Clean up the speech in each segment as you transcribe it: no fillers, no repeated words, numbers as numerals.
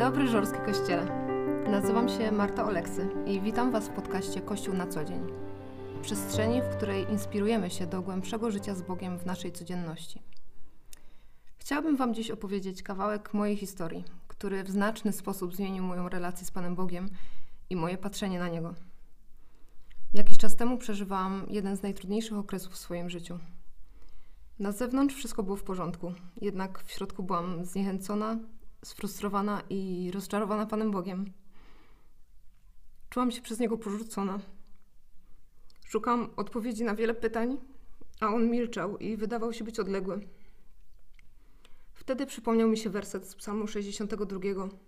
dobry, Żorskie Kościele. Nazywam się Marta Oleksy i witam Was w podcaście Kościół na co dzień. Przestrzeni, w której inspirujemy się do głębszego życia z Bogiem w naszej codzienności. Chciałabym Wam dziś opowiedzieć kawałek mojej historii, który w znaczny sposób zmienił moją relację z Panem Bogiem i moje patrzenie na Niego. Jakiś czas temu przeżywałam jeden z najtrudniejszych okresów w swoim życiu. Na zewnątrz wszystko było w porządku, jednak w środku byłam zniechęcona, sfrustrowana i rozczarowana Panem Bogiem. Czułam się przez Niego porzucona. Szukałam odpowiedzi na wiele pytań, a On milczał i wydawał się być odległy. Wtedy przypomniał mi się werset z Psalmu 62.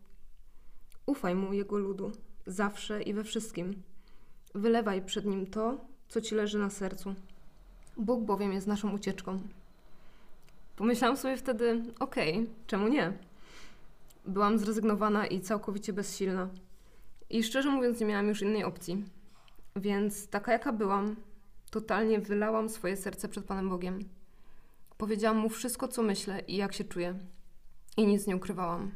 Ufaj Mu, Jego ludu, zawsze i we wszystkim. Wylewaj przed Nim to, co Ci leży na sercu. Bóg bowiem jest naszą ucieczką. Pomyślałam sobie wtedy, czemu nie? Byłam zrezygnowana i całkowicie bezsilna. I szczerze mówiąc nie miałam już innej opcji. Więc taka jaka byłam, totalnie wylałam swoje serce przed Panem Bogiem. Powiedziałam Mu wszystko, co myślę i jak się czuję. I nic nie ukrywałam.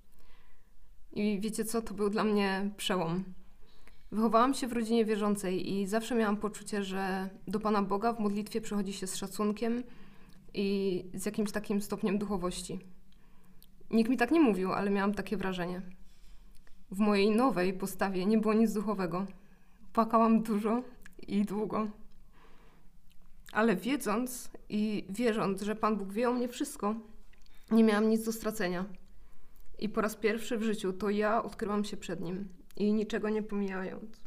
I wiecie co? To był dla mnie przełom. Wychowałam się w rodzinie wierzącej i zawsze miałam poczucie, że do Pana Boga w modlitwie przychodzi się z szacunkiem i z jakimś takim stopniem duchowości. Nikt mi tak nie mówił, ale miałam takie wrażenie. W mojej nowej postawie nie było nic duchowego. Płakałam dużo i długo. Ale wiedząc i wierząc, że Pan Bóg wie o mnie wszystko, nie miałam nic do stracenia. I po raz pierwszy w życiu to ja odkryłam się przed Nim i niczego nie pomijając.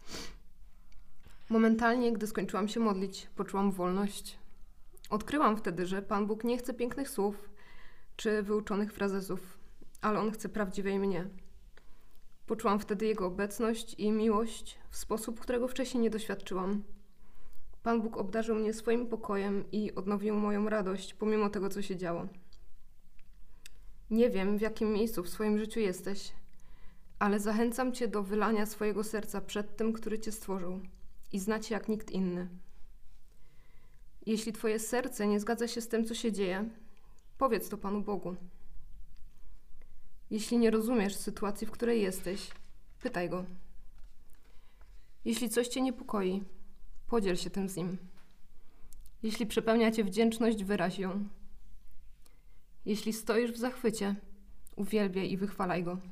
Momentalnie, gdy skończyłam się modlić, poczułam wolność. Odkryłam wtedy, że Pan Bóg nie chce pięknych słów czy wyuczonych frazesów, ale On chce prawdziwej mnie. Poczułam wtedy Jego obecność i miłość w sposób, którego wcześniej nie doświadczyłam. Pan Bóg obdarzył mnie swoim pokojem i odnowił moją radość, pomimo tego, co się działo. Nie wiem, w jakim miejscu w swoim życiu jesteś, ale zachęcam Cię do wylania swojego serca przed tym, który Cię stworzył i zna Cię jak nikt inny. Jeśli Twoje serce nie zgadza się z tym, co się dzieje, powiedz to Panu Bogu. Jeśli nie rozumiesz sytuacji, w której jesteś, pytaj Go. Jeśli coś Cię niepokoi, podziel się tym z Nim. Jeśli przepełnia Cię wdzięczność, wyraź ją. Jeśli stoisz w zachwycie, uwielbiaj i wychwalaj Go.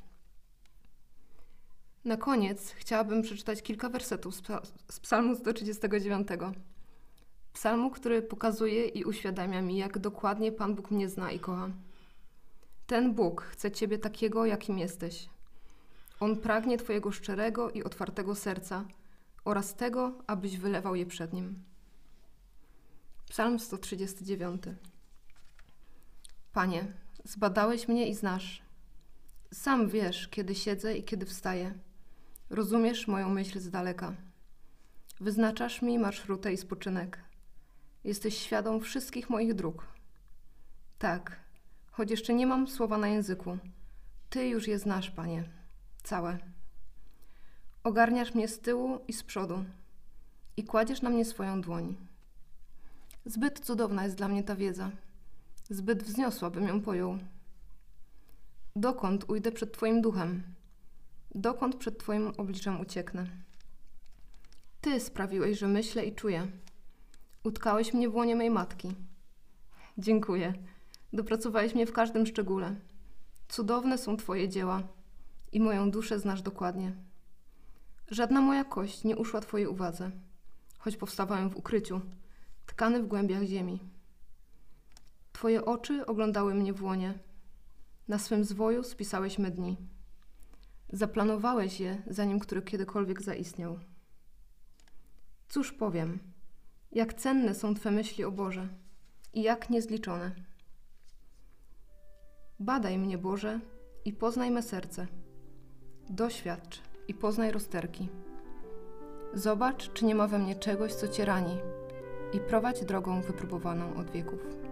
Na koniec chciałabym przeczytać kilka wersetów z Psalmu 139. Psalmu, który pokazuje i uświadamia mi, jak dokładnie Pan Bóg mnie zna i kocha. Ten Bóg chce Ciebie takiego, jakim jesteś. On pragnie Twojego szczerego i otwartego serca oraz tego, abyś wylewał je przed Nim. Psalm 139. Panie, zbadałeś mnie i znasz. Sam wiesz, kiedy siedzę i kiedy wstaję. Rozumiesz moją myśl z daleka. Wyznaczasz mi marszrutę i spoczynek. Jesteś świadom wszystkich moich dróg. Tak, choć jeszcze nie mam słowa na języku, Ty już je znasz, Panie, całe. Ogarniasz mnie z tyłu i z przodu i kładziesz na mnie swoją dłoń. Zbyt cudowna jest dla mnie ta wiedza, zbyt wzniosła, bym ją pojął. Dokąd ujdę przed Twoim duchem? Dokąd przed Twoim obliczem ucieknę? Ty sprawiłeś, że myślę i czuję. Utkałeś mnie w łonie mej matki. Dziękuję. Dopracowałeś mnie w każdym szczególe. Cudowne są Twoje dzieła i moją duszę znasz dokładnie. Żadna moja kość nie uszła Twojej uwadze, choć powstawałem w ukryciu, tkany w głębiach ziemi. Twoje oczy oglądały mnie w łonie. Na swym zwoju spisałeś me dni. Zaplanowałeś je, zanim który kiedykolwiek zaistniał. Cóż powiem, jak cenne są Twe myśli, o Boże, i jak niezliczone. Badaj mnie, Boże, i poznaj me serce. Doświadcz i poznaj rozterki. Zobacz, czy nie ma we mnie czegoś, co Cię rani, i prowadź drogą wypróbowaną od wieków.